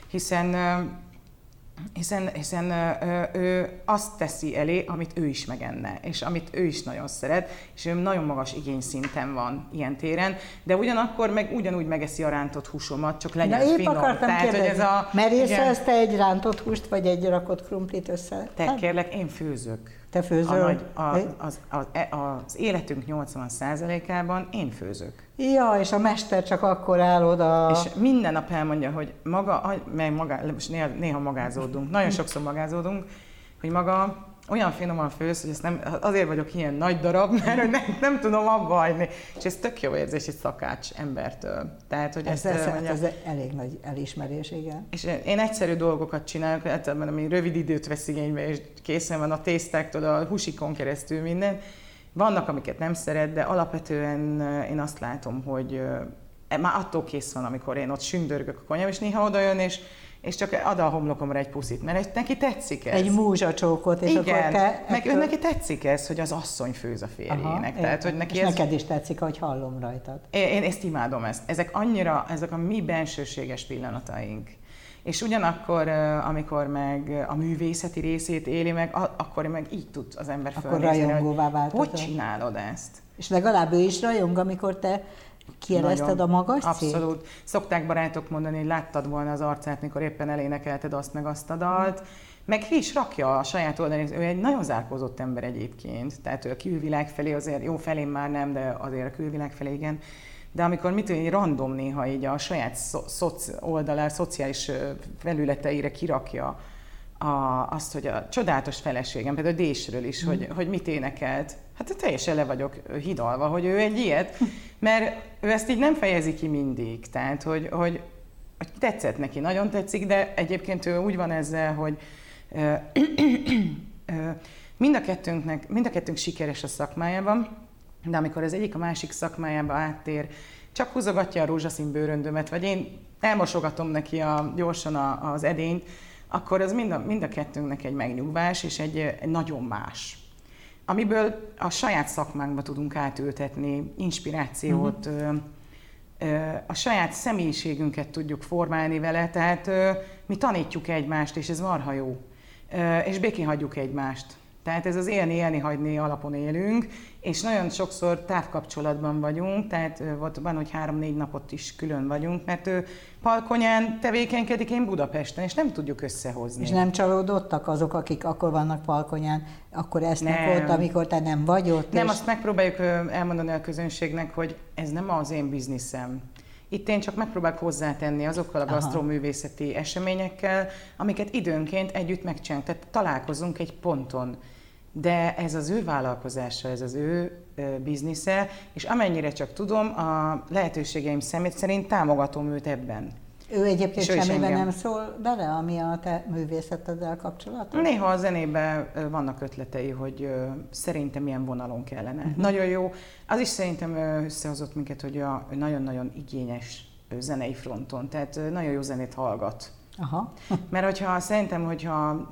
Hiszen ő azt teszi elé, amit ő is megenne, és amit ő is nagyon szeret, és ő nagyon magas igényszinten van ilyen téren, de ugyanakkor meg ugyanúgy megeszi a rántott húsomat, csak legyen finom. Na épp akartam kérdezni, merészelsz te egy rántott húst, vagy egy rakott krumplit össze? Te kérlek, én főzök. Te főzöl? Az életünk 80%-ában én főzök. Ja, és a mester csak akkor áll oda. És minden nap elmondja, hogy most néha magázódunk, nagyon sokszor magázódunk, hogy maga olyan finoman főz, hogy ezt azért vagyok ilyen nagy darab, mert nem tudom abba hagyni. És ez tök jó érzés egy szakács embertől. Tehát, hogy ez elég nagy elismerés, igen. És én egyszerű dolgokat csinálok, általában ami rövid időt vesz igénybe, és készen van a tésztáktól, a húsikon keresztül minden. Vannak, amiket nem szeret, de alapvetően én azt látom, már attól kész van, amikor én ott sündörgök a konyhában, és néha oda jön, és csak ad a homlokomra egy puszit, mert neki tetszik ez. Egy múzsacsókot, és igen, akkor te... meg ő neki tetszik ez, hogy az asszony főz a férjének. Tehát, hogy neki és ez... neked is tetszik, hogy hallom rajtad. Én ezt imádom ezt. Ezek a mi bensőséges pillanataink. És ugyanakkor, amikor meg a művészeti részét éli meg, akkor meg így tud az ember fölnézni, rajongóvá váltod. Hogy csinálod ezt? És legalább ő is rajong, amikor te kiereszted a magas célt? Abszolút. Szokták barátok mondani, hogy láttad volna az arcát, mikor éppen elénekelted azt meg azt a dalt. Meg ki is rakja a saját oldalán, ő egy nagyon zárkózott ember egyébként. Tehát ő a külvilág felé azért, jó felém már nem, de azért a külvilág felé igen. De amikor random néha így a saját oldalán, szociális felületeire kirakja azt, hogy a csodálatos feleségem, például a Désről is, hogy mit énekelt. Hát teljesen le vagyok hidalva, hogy ő egy ilyet, mert ő ezt így nem fejezi ki mindig. Tehát, hogy tetszett neki, nagyon tetszik, de egyébként ő úgy van ezzel, hogy mind a kettőnk sikeres a szakmájában, de amikor az egyik a másik szakmájába áttér, csak húzogatja a rózsaszín bőröndömet, vagy én elmosogatom neki gyorsan az edényt, akkor az mind a kettőnknek egy megnyugvás, és egy nagyon más. Amiből a saját szakmánkba tudunk átültetni inspirációt, a saját személyiségünket tudjuk formálni vele, tehát mi tanítjuk egymást, és ez marha jó. És békén hagyjuk egymást. Tehát ez az élni, hagyni alapon élünk, és nagyon sokszor távkapcsolatban vagyunk, tehát van, hogy 3-4 napot is külön vagyunk, mert ő Palkonyán tevékenykedik, én Budapesten, és nem tudjuk összehozni. És nem csalódottak azok, akik akkor vannak Palkonyán, akkor esznek ott, amikor te nem vagy ott? Nem, azt megpróbáljuk elmondani a közönségnek, hogy ez nem az én bizniszem. Itt én csak megpróbálok hozzátenni azokkal a gasztroművészeti eseményekkel, amiket időnként együtt megcsinálunk. Tehát találkozunk egy ponton. De ez az ő vállalkozása, ez az ő biznisze, és amennyire csak tudom, a lehetőségeim szerint támogatom őt ebben. Ő egyébként semmiben nem szól bele, ami a te művészeteddel kapcsolatos? Néha a zenében vannak ötletei, hogy szerintem milyen vonalon kellene. Nagyon jó. Az is szerintem összehozott minket, hogy nagyon-nagyon igényes zenei fronton, tehát nagyon jó zenét hallgat. Aha. Mert hogyha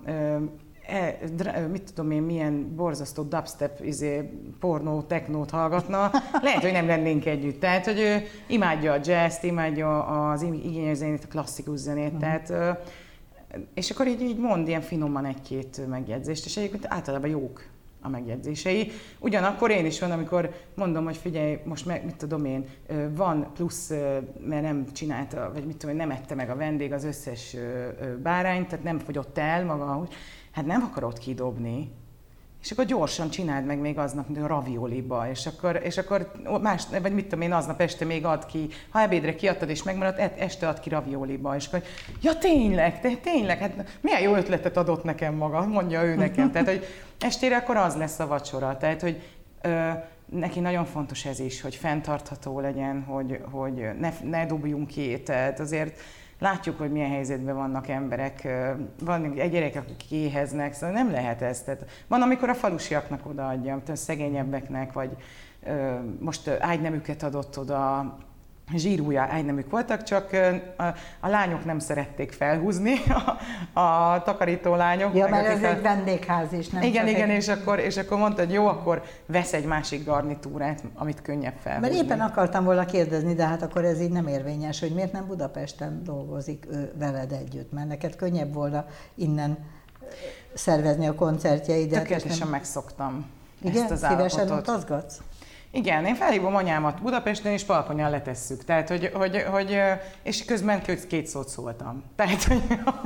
mit tudom én, milyen borzasztó dubstep, pornó, technót hallgatna, lehet, hogy nem lennénk együtt. Tehát, hogy ő imádja a jazzt, imádja az igényes zenét, a klasszikus zenét, tehát, és akkor így mond ilyen finoman egy-két megjegyzést, és egyébként általában jók a megjegyzései. Ugyanakkor én is van, amikor mondom, hogy figyelj, most mit tudom én, van plusz, mert nem csinálta, vagy mit tudom én, nem ette meg a vendég az összes bárányt, tehát nem fogyott el maga, hát nem akarod kidobni, és akkor gyorsan csináld meg még aznap a ravioliba, és akkor más, vagy mit tudom én, aznap este még add ki, ha ebédre kiadtad és megmaradt, este add ki ravioliba, és akkor, ja tényleg, hát milyen jó ötletet adott nekem maga, mondja ő nekem, tehát hogy estére akkor az lesz a vacsora, tehát hogy neki nagyon fontos ez is, hogy fenntartható legyen, hogy ne dobjunk ki ételt, azért látjuk, hogy milyen helyzetben vannak emberek, van egy gyerek, akik éheznek, szóval nem lehet ezt. Tehát van, amikor a falusiaknak odaadja, a szegényebbeknek, vagy most ágyneműket adott oda, zsírúj ágyneműk voltak, csak a lányok nem szerették felhúzni, a takarító lányok. Ja, mert ez egy vendégház is, nem? Igen, és akkor mondta, hogy jó, akkor vesz egy másik garnitúrát, amit könnyebb felhúzni. Mert éppen akartam volna kérdezni, de hát akkor ez így nem érvényes, hogy miért nem Budapesten dolgozik ő veled együtt, mert neked könnyebb volna innen szervezni a koncertjeidet. Tökéletesen megszoktam ezt az állapotot. Szívesen utazgatsz? Igen, én felhívom anyámat Budapesten, és Palkonyán letesszük. Tehát, és közben 2 szót szóltam. Tehát, hogy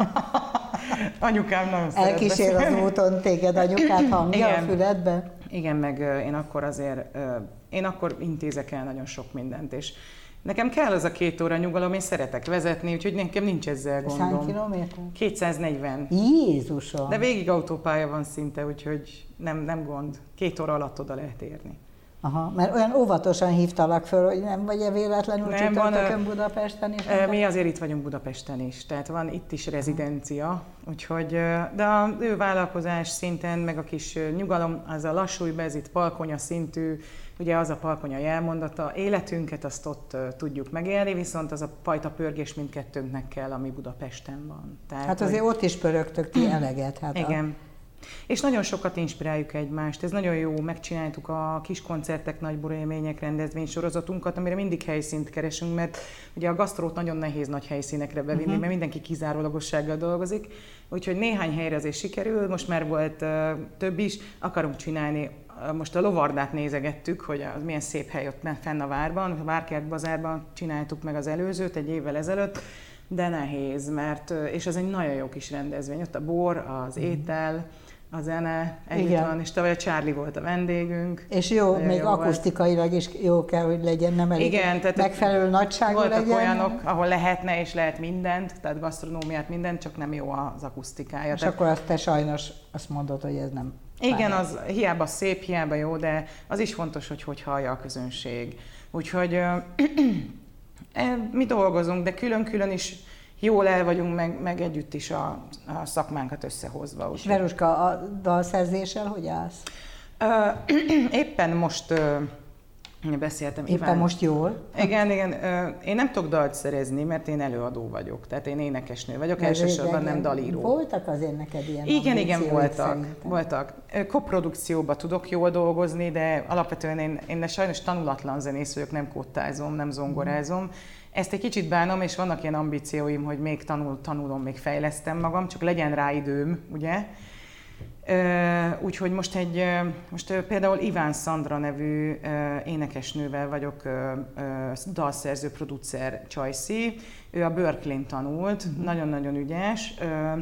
anyukám nagyon szeret elkísér az úton téged anyukát hangja a füledbe? Igen, meg én akkor intézek el nagyon sok mindent, és nekem kell az a 2 óra nyugalom, én szeretek vezetni, úgyhogy nekem nincs ezzel gondom. Hány kilométer? 240. Jézusom! De végig autópálya van szinte, úgyhogy nem gond. 2 óra alatt oda lehet érni. Aha, mert olyan óvatosan hívtalak föl, hogy nem vagy-e véletlenül csütörtökön Budapesten is? Mi azért itt vagyunk Budapesten is, tehát van itt is rezidencia, úgyhogy, de az ő vállalkozás szinten, meg a kis nyugalom, az a lassúj be, ez itt Palkonya szintű, ugye az a Palkonya jelmondata, életünket azt ott tudjuk megélni, viszont az a fajta pörgés mindkettőnknek kell, ami Budapesten van. Tehát, hát azért ott is pörögtök ti eleget. Hát igen. És nagyon sokat inspiráljuk egymást, ez nagyon jó, megcsináltuk a kis koncertek, nagybura élmények, rendezvénysorozatunkat, amire mindig helyszínt keresünk, mert ugye a gasztrót nagyon nehéz nagy helyszínekre bevinni, mert mindenki kizárólagossággal dolgozik, úgyhogy néhány helyre azért sikerül, most már volt több is, akarunk csinálni. Most a Lovardát nézegettük, hogy az milyen szép hely ott fenn a várban, a Várkert bazárban csináltuk meg az előzőt egy évvel ezelőtt, de nehéz, mert, és ez egy nagyon jó kis rendezvény, ott a bor, az étel, a zene együtt van, és tavaly a Charlie volt a vendégünk. És jó, még jó akusztikailag is jó kell, hogy legyen, nem elég megfelelő nagyságú legyen. Voltak olyanok, ahol lehetne és lehet mindent, tehát gasztronómiát, mindent, csak nem jó az akusztikája. És akkor azt te sajnos azt mondod, hogy ez nem igen, az hiába szép, hiába jó, de az is fontos, hogy hallja a közönség. Úgyhogy mi dolgozunk, de külön-külön is jól el vagyunk, meg együtt is a szakmánkat összehozva. És Veruska, a dalszerzéssel hogy állsz? Éppen most beszéltem. Éppen Iván. Most jól? Igen. Én nem tudok dalt szerezni, mert én előadó vagyok, tehát én énekesnő vagyok, elsősorban nem dalíró. Voltak azért neked ilyen Igen, voltak. Koprodukcióban tudok jól dolgozni, de alapvetően én sajnos tanulatlan zenész vagyok, nem kottázom, nem zongorázom. Ezt egy kicsit bánom, és vannak ilyen ambícióim, hogy még tanulom, még fejlesztem magam, csak legyen rá időm, ugye? Úgyhogy most például Iván Szandra nevű énekesnővel vagyok dalszerző, producer Csajci. Ő a Berkeley-n tanult, nagyon-nagyon ügyes,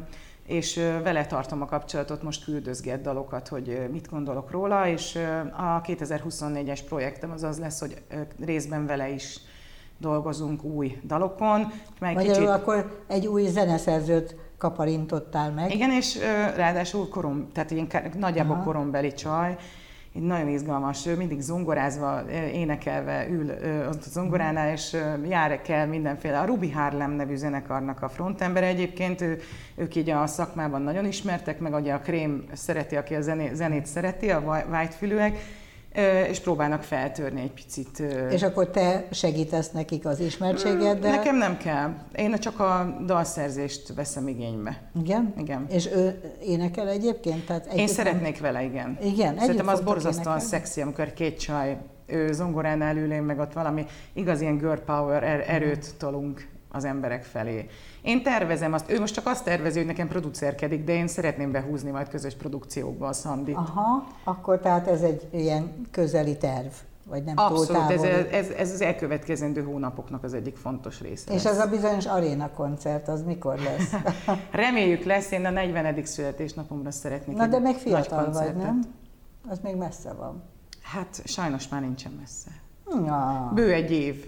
és vele tartom a kapcsolatot, most küldözget dalokat, hogy mit gondolok róla, és a 2024-es projektem az lesz, hogy részben vele is dolgozunk új dalokon. Magyarul akkor egy új zeneszerzőt kaparintottál meg. Igen, és ráadásul tehát ilyen nagyjából korombeli csaj, egy nagyon izgalmas, mindig zongorázva, énekelve ül ott a zongoránál, és jár kell mindenféle. A Ruby Harlem nevű zenekarnak a frontembere egyébként, ők így a szakmában nagyon ismertek, meg ugye a Krém szereti, aki a zenét szereti, a whitefülűek, és próbálnak feltörni egy picit. És akkor te segítesz nekik az ismertségeddel? Nekem nem kell. Én csak a dalszerzést veszem igénybe. Igen? Igen. És ő énekel egyébként? Tehát én szeretnék vele, igen. Igen? Szerintem az borzasztóan szexi, amikor két csaj zongoránál ül, én meg ott valami igaz ilyen girl power erőt tolunk az emberek felé. Én tervezem azt, ő most csak azt tervezi, hogy nekem producerkedik, de én szeretném behúzni majd közös produkciókba a Szandit. Aha, akkor tehát ez egy ilyen közeli terv, vagy nem abszolút, túl távoli. ez az elkövetkezendő hónapoknak az egyik fontos része. És ez a bizonyos aréna koncert, az mikor lesz? Reméljük lesz, én a 40. születésnapomra szeretnék. Na de meg fiatal vagy, nem? Az még messze van. Hát sajnos már nincsen messze. Ja. Bő egy év.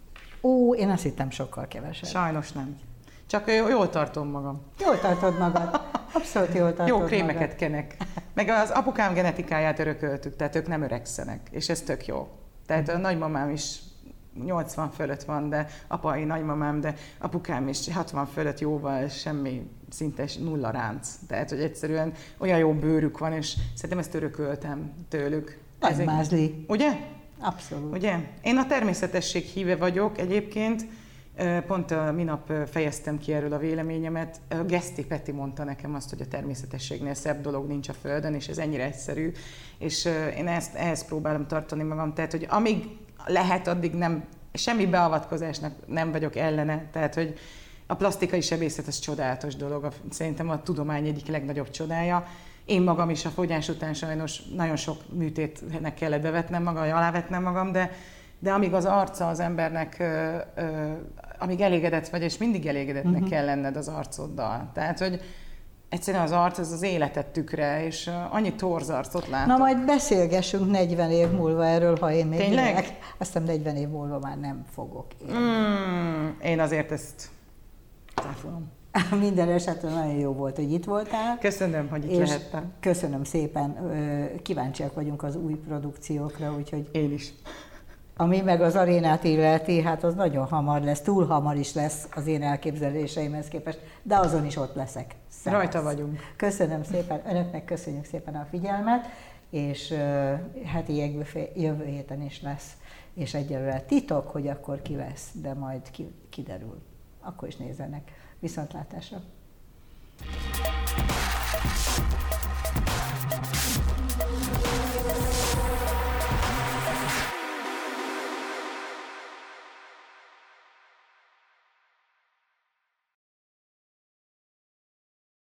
Én azt hittem sokkal kevesebb. Sajnos nem. Csak jól tartom magam. Jól tartod magad. Abszolút jól tartod jó krémeket kenek. Meg az apukám genetikáját örököltük, tehát ők nem öregszenek, és ez tök jó. Tehát a nagymamám is 80 fölött van, de apai nagymamám, de apukám is 60 fölött jóval, semmi, szinte nulla ránc. Tehát, hogy egyszerűen olyan jó bőrük van, és szerintem ezt örököltem tőlük. Nagy mázli. Ugye? Abszolút. Ugye? Én a természetesség híve vagyok egyébként. Pont minap fejeztem ki erről a véleményemet. Geszti Peti mondta nekem azt, hogy a természetességnél szebb dolog nincs a Földön, és ez ennyire egyszerű. És én ehhez próbálom tartani magam. Tehát, hogy amíg lehet, addig nem, semmi beavatkozásnak nem vagyok ellene. Tehát, hogy a plastikai sebészet az csodálatos dolog. Szerintem a tudomány egyik legnagyobb csodája. Én magam is a fogyás után sajnos nagyon sok műtétnek kellett bevetnem magam, vagy alávetnem magam, de amíg az arca az embernek, amíg elégedett vagy, és mindig elégedettnek kell lenned az arcoddal. Tehát, hogy egyszerűen az arc az életet tükre, és annyi torzarcot látok. Na majd beszélgessünk 40 év múlva erről, ha én még tényleg? Aztán 40 év múlva már nem fogok élni. Én azért ezt cáfolom. Minden esetben nagyon jó volt, hogy itt voltál. Köszönöm, hogy itt lehettem. Köszönöm szépen, kíváncsiak vagyunk az új produkciókra, úgyhogy... Én is. Ami meg az arénát illeti, hát az nagyon hamar lesz, túl hamar is lesz az én elképzeléseimhez képest, de azon is ott leszek. Szevasz. Rajta vagyunk. Köszönöm szépen, önöknek köszönjük szépen a figyelmet, és heti jégbüfé jövő héten is lesz, és egyelőre titok, hogy akkor ki vesz, de majd kiderül. Akkor is nézzenek. Viszontlátásra!